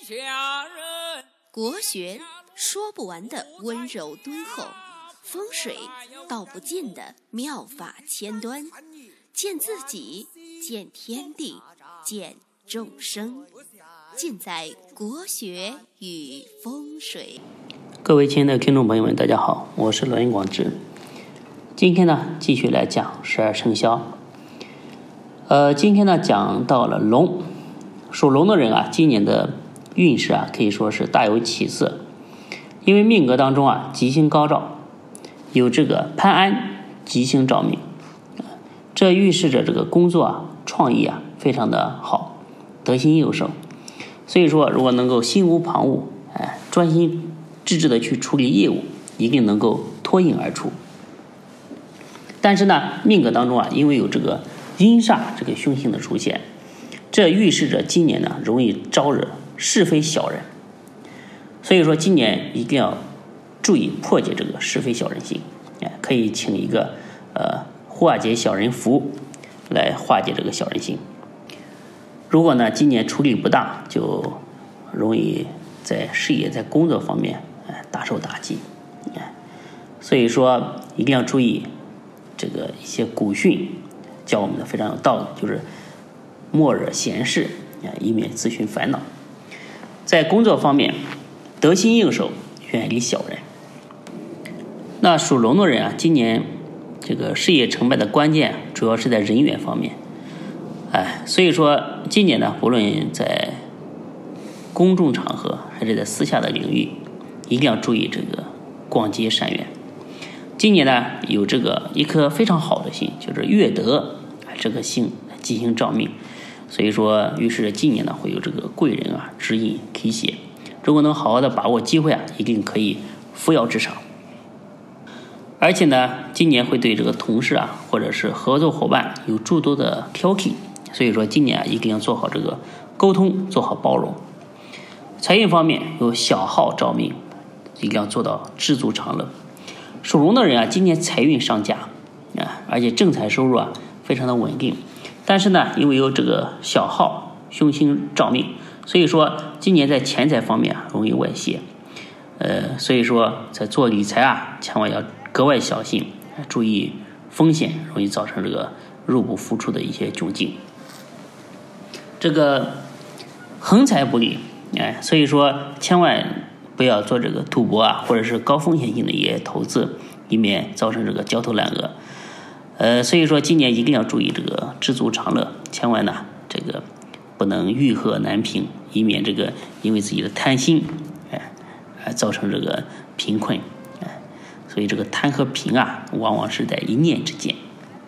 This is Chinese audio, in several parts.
国学说不完的温柔敦厚，风水道不尽的妙法千端，见自己，见天地，见众生，尽在国学与风水。 各位亲爱的听众朋友们，大家好，我是罗云广志。今天呢，继续来讲12生肖。今天呢，讲到了龙，属龙的人啊，今年的运势啊，可以说是大有起色。因为命格当中啊，吉星高照，有这个潘安吉星照命，这预示着这个工作啊、创意啊非常的好，得心应手。所以说，如果能够心无旁骛，专心致志的去处理业务，一定能够脱颖而出。但是呢，命格当中啊，因为有这个阴煞这个凶星的出现，这预示着今年呢容易招惹是非小人。所以说今年一定要注意破解这个是非小人心，可以请一个化解小人符来化解这个小人心。如果呢今年处理不当，就容易在事业在工作方面大受打击。所以说一定要注意这个一些古训教我们的非常有道理，就是莫惹闲事，以免自寻烦恼。在工作方面得心应手，远离小人。那属龙的人啊，今年这个事业成败的关键主要是在人缘方面。所以说今年呢，不论在公众场合还是在私下的领域，一定要注意这个广结善缘。今年呢，有这个一颗非常好的星，就是月德这颗星吉星照命，所以说预示着今年呢会有这个贵人啊指引提携。如果能好好的把握机会啊，一定可以扶摇直上。而且呢，今年会对这个同事啊或者是合作伙伴有诸多的挑剔，所以说今年一定要做好这个沟通，做好包容。财运方面有小号照命，一定要做到知足常乐。属龙的人啊，今年财运上佳而且正财收入啊非常的稳定。但是呢，因为有这个小号凶星照命，所以说今年在钱财方面容易外泄。所以说在做理财啊，千万要格外小心，注意风险，容易造成这个入不敷出的一些窘境。这个横财不利，所以说千万不要做这个赌博啊，或者是高风险性的一些投资，以免造成这个焦头烂额。所以说今年一定要注意这个知足常乐，千万呢这个不能欲壑难平，以免这个因为自己的贪心造成这个贫困。所以这个贪和贫啊，往往是在一念之间。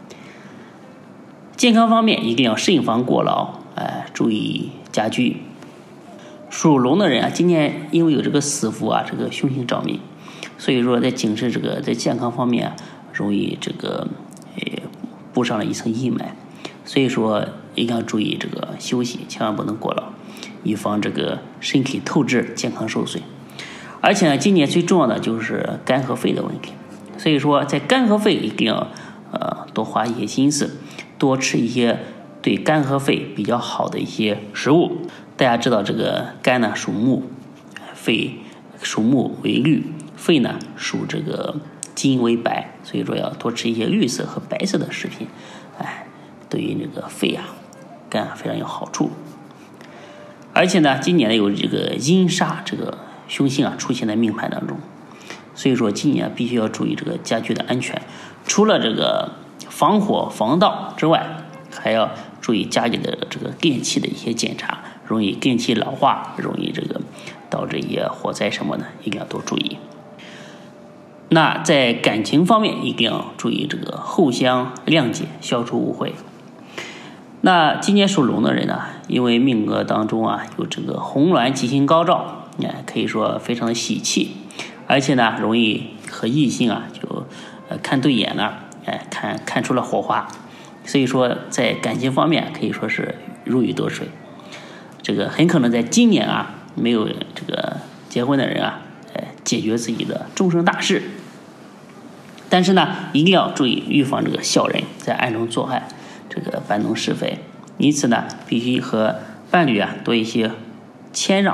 健康方面一定要慎防过劳，注意家居。属龙的人啊，今年因为有这个死符啊，这个凶星照命，所以说在警示这个在健康方面容易这个布上了一层阴霾。所以说一定要注意这个休息，千万不能过劳，以防这个身体透支，健康受损。而且呢，今年最重要的就是肝和肺的问题，所以说在肝和肺一定要多花一些心思，多吃一些对肝和肺比较好的一些食物。大家知道这个肝呢属木，肺属木为绿，肺呢属这个金为白，所以说要多吃一些绿色和白色的食品，对于这个肺啊、肝啊非常有好处。而且呢，今年有这个阴煞这个凶星啊出现在命盘当中，所以说今年必须要注意这个家居的安全，除了这个防火防盗之外，还要注意家里的这个电器的一些检查，容易电器老化，容易这个导致一些火灾什么的，一定要多注意。那在感情方面一定要注意这个互相谅解，消除误会。那今年属龙的人呢，因为命格当中啊有这个红鸾吉星高照，可以说非常的喜气，而且呢容易和异性啊就看对眼了，看出了火花。所以说在感情方面可以说是如鱼得水。这个很可能在今年啊没有这个结婚的人啊解决自己的终生大事。但是呢一定要注意预防这个小人在暗中作害，这个搬弄是非。因此呢必须和伴侣啊多一些谦让，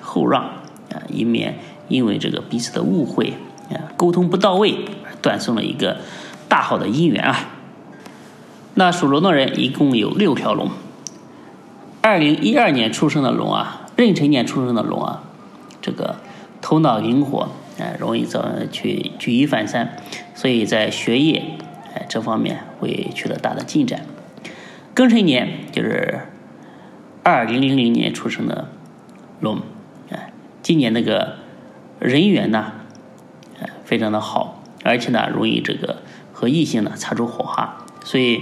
后让以免因为这个彼此的误会沟通不到位断送了一个大好的姻缘啊。那属龙的人一共有6条龙。2012年出生的龙壬辰年出生的龙这个头脑灵活容易去举一反三，所以在学业这方面会取得大的进展。庚辰年就是2000年出生的龙今年那个人缘呢非常的好，而且呢容易这个和异性呢擦出火花，所以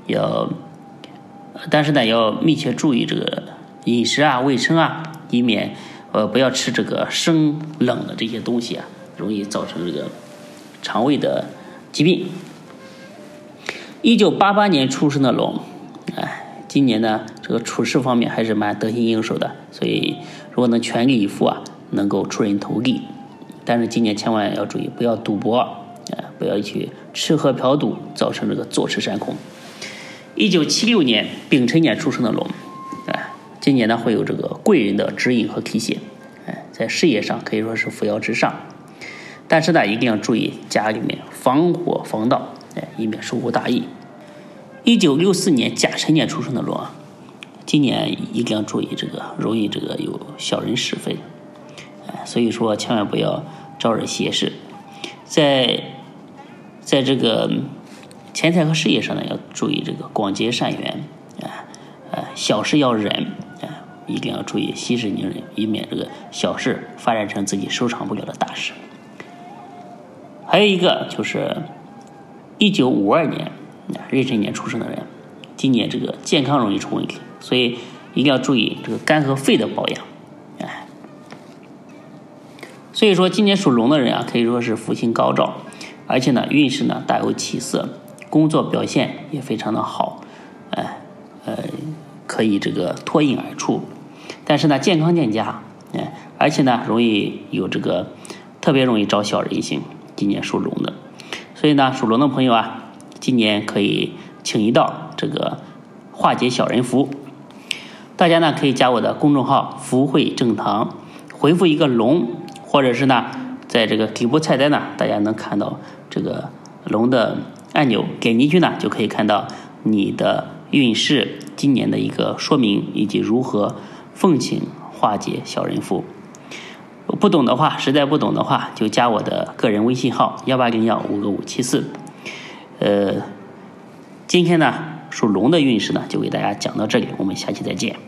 但是呢要密切注意这个饮食卫生以免不要吃这个生冷的这些东西容易造成这个肠胃的疾病。1988年出生的龙今年呢这个处事方面还是蛮得心应手的，所以如果能全力以赴能够出人头地。但是今年千万要注意，不要赌博不要去吃喝嫖赌，造成这个坐吃山空。1976年丙辰年出生的龙今年呢会有这个贵人的指引和提携在事业上可以说是扶摇直上，但是呢一定要注意家里面防火防盗以免疏忽大意。1964年甲辰年出生的龙今年一定要注意这个容易这个有小人是非所以说千万不要招惹邪事。在这个钱财和事业上呢要注意这个广结善缘小事要忍一定要注意息事宁人，以免这个小事发展成自己收场不了的大事。还有一个就是1952年壬辰年出生的人，今年这个健康容易出问题，所以一定要注意这个肝和肺的保养所以说今年属龙的人可以说是福星高照，而且呢运势呢大有起色，工作表现也非常的好可以这个脱颖而出。但是呢健康欠佳而且呢容易有这个特别容易招小人心，今年属龙的。所以呢属龙的朋友今年可以请一道这个化解小人符。大家呢可以加我的公众号福慧正堂，回复一个龙，或者是呢在这个底部菜单呢大家能看到这个龙的按钮，点进去呢就可以看到你的运势今年的一个说明，以及如何奉请化解小人符。不懂的话，实在不懂的话就加我的个人微信号1801557574。今天呢属龙的运势呢就给大家讲到这里，我们下期再见。